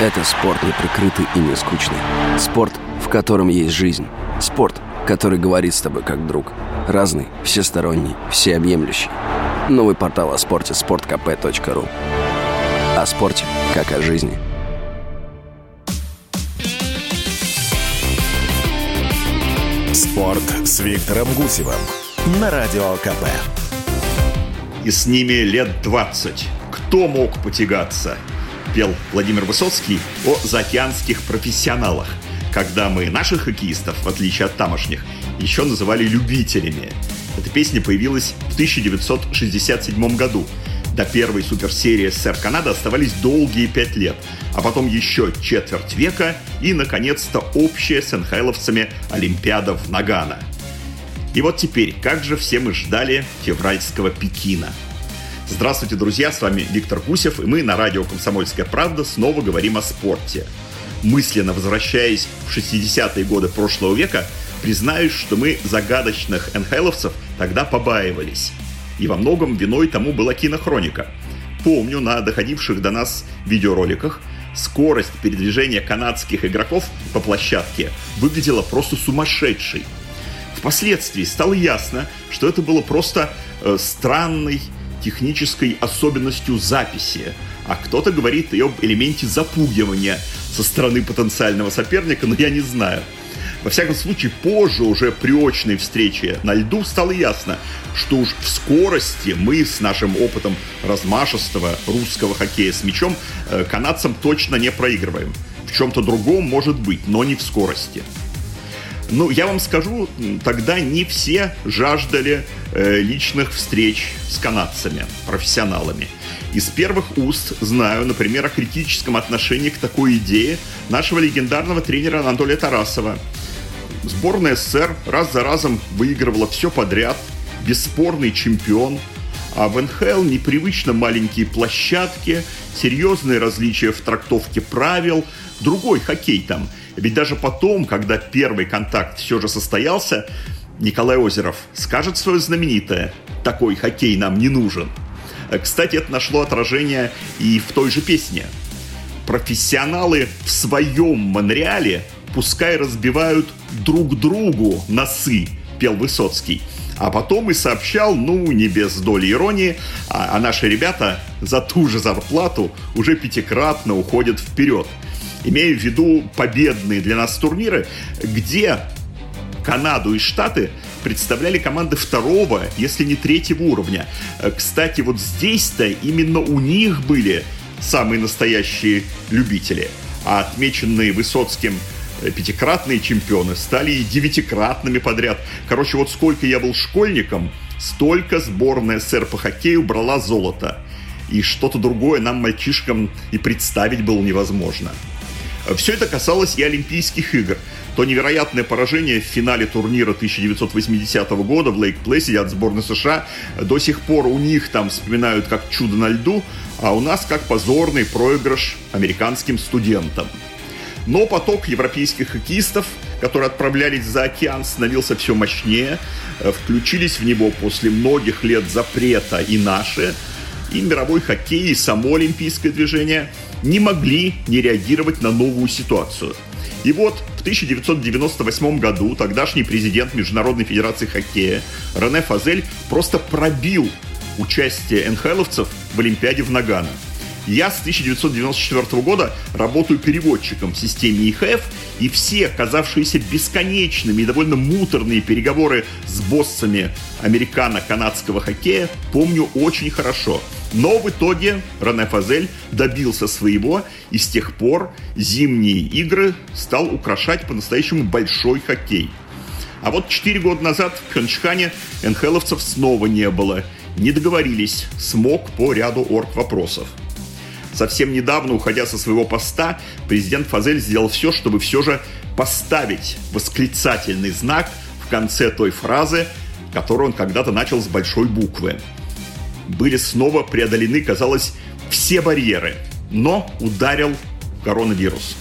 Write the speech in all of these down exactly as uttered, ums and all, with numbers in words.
Это спорт неприкрытый и не скучный. Спорт, в котором есть жизнь. Спорт, который говорит с тобой как друг. Разный, всесторонний, всеобъемлющий. Новый портал о спорте – спорт кэ пэ точка ру. О спорте, как о жизни. Спорт с Виктором Гусевым на Радио КП. И с ними лет двадцать. Кто мог потягаться? Пел Владимир Высоцкий о заокеанских профессионалах, когда мы наших хоккеистов, в отличие от тамошних, еще называли любителями. Эта песня появилась в тысяча девятьсот шестьдесят седьмом году. До первой суперсерии СССР-Канада оставались долгие пять лет, а потом еще четверть века и, наконец-то, общая с эн ха эловцами Олимпиада в Нагано. И вот теперь, как же все мы ждали февральского Пекина. Здравствуйте, друзья, с вами Виктор Гусев, и мы на радио «Комсомольская правда» снова говорим о спорте. Мысленно возвращаясь в шестидесятые годы прошлого века, признаюсь, что мы загадочных эн ха эловцев тогда побаивались. И во многом виной тому была кинохроника. Помню, на доходивших до нас видеороликах скорость передвижения канадских игроков по площадке выглядела просто сумасшедшей. Впоследствии стало ясно, что это было просто э, странной технической особенностью записи, а кто-то говорит и об элементе запугивания со стороны потенциального соперника, но я не знаю. Во всяком случае, позже, уже при очной встрече на льду, стало ясно, что уж в скорости мы с нашим опытом размашистого русского хоккея с мячом э, канадцам точно не проигрываем. В чем-то другом может быть, но не в скорости. Ну, я вам скажу, тогда не все жаждали э, личных встреч с канадцами, профессионалами. Из первых уст знаю, например, о критическом отношении к такой идее нашего легендарного тренера Анатолия Тарасова. Сборная эс эс эс эр раз за разом выигрывала все подряд, бесспорный чемпион, а в эн ха эл непривычно маленькие площадки, серьезные различия в трактовке правил, другой хоккей там. Ведь даже потом, когда первый контакт все же состоялся, Николай Озеров скажет свое знаменитое «Такой хоккей нам не нужен». Кстати, это нашло отражение и в той же песне. Профессионалы в своем Монреале пускай разбивают друг другу носы, пел Высоцкий. А потом и сообщал, ну, не без доли иронии, а, а наши ребята за ту же зарплату уже пятикратно уходят вперед. Имею в виду победные для нас турниры, где Канаду и Штаты представляли команды второго, если не третьего уровня. Кстати, вот здесь-то именно у них были самые настоящие любители. А отмеченные Высоцким пятикратные чемпионы стали и девятикратными подряд. Короче, вот сколько я был школьником, столько сборная эс эс эс эр по хоккею брала золото. И что-то другое нам, мальчишкам, и представить было невозможно. Все это касалось и Олимпийских игр. То невероятное поражение в финале турнира тысяча девятьсот восьмидесятого года в Лейк-Плэсиде от сборной США до сих пор у них там вспоминают как чудо на льду, а у нас как позорный проигрыш американским студентам. Но поток европейских хоккеистов, которые отправлялись за океан, становился все мощнее. Включились в него после многих лет запрета и наши. И мировой хоккей, и само олимпийское движение не могли не реагировать на новую ситуацию. И вот в тысяча девятьсот девяносто восьмом году тогдашний президент Международной федерации хоккея Рене Фазель просто пробил участие эн ха эловцев в Олимпиаде в Нагано. Я с тысяча девятьсот девяносто четвёртого года работаю переводчиком в системе и ха эф, и все казавшиеся бесконечными и довольно муторные переговоры с боссами американо-канадского хоккея помню очень хорошо. Но в итоге Рене Фазель добился своего, и с тех пор зимние игры стал украшать по-настоящему большой хоккей. А вот четыре года назад в Пхенчхане эн ха эловцев снова не было. Не договорились, смог по ряду оргвопросов. Совсем недавно, уходя со своего поста, президент Фазель сделал все, чтобы все же поставить восклицательный знак в конце той фразы, которую он когда-то начал с большой буквы. Были снова преодолены, казалось, все барьеры, но ударил коронавирус.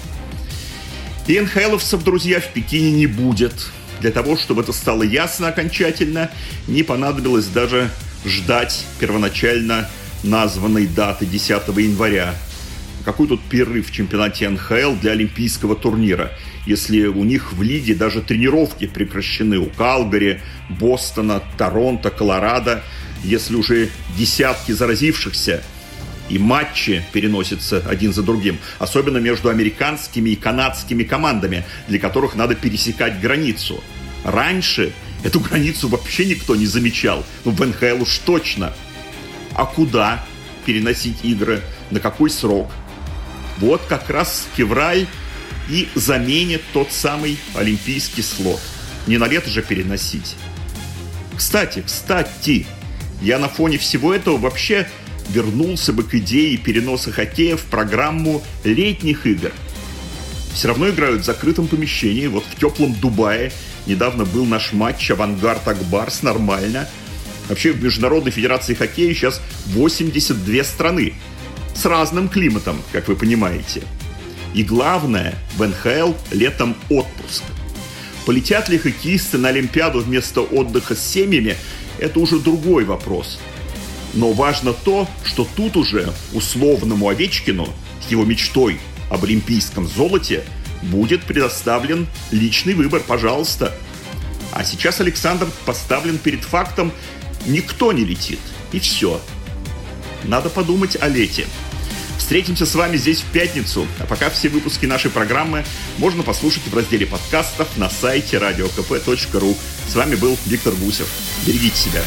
И эн ха эловцев, друзья, в Пекине не будет. Для того, чтобы это стало ясно окончательно, не понадобилось даже ждать первоначально названной даты десятого января. Какой тут перерыв в чемпионате эн ха эл для олимпийского турнира, если у них в лиге даже тренировки прекращены у Калгари, Бостона, Торонто, Колорадо, если уже десятки заразившихся и матчи переносятся один за другим, особенно между американскими и канадскими командами, для которых надо пересекать границу. Раньше эту границу вообще никто не замечал, ну в эн ха эл уж точно. А куда переносить игры, на какой срок? Вот как раз февраль и заменит тот самый олимпийский слот. Не на лето же переносить. Кстати, кстати, я на фоне всего этого вообще вернулся бы к идее переноса хоккея в программу летних игр. Все равно играют в закрытом помещении. Вот в теплом Дубае недавно был наш матч «Авангард-Акбарс», нормально. Вообще в Международной Федерации Хоккея сейчас восемьдесят две страны. С разным климатом, как вы понимаете. И главное, в эн ха эл летом отпуск. Полетят ли хоккеисты на Олимпиаду вместо отдыха с семьями, это уже другой вопрос. Но важно то, что тут уже условному Овечкину с его мечтой об олимпийском золоте будет предоставлен личный выбор, пожалуйста. А сейчас Александр поставлен перед фактом: никто не летит. И все. Надо подумать о лете. Встретимся с вами здесь в пятницу. А пока все выпуски нашей программы можно послушать в разделе подкастов на сайте радио ка пэ точка ру. С вами был Виктор Гусев. Берегите себя.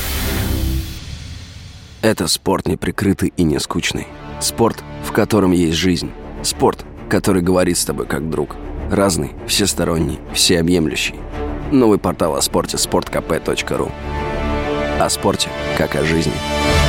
Это спорт неприкрытый и не скучный. Спорт, в котором есть жизнь. Спорт, который говорит с тобой как друг. Разный, всесторонний, всеобъемлющий. Новый портал о спорте – спорт ка пэ точка ру. О спорте, как о жизни.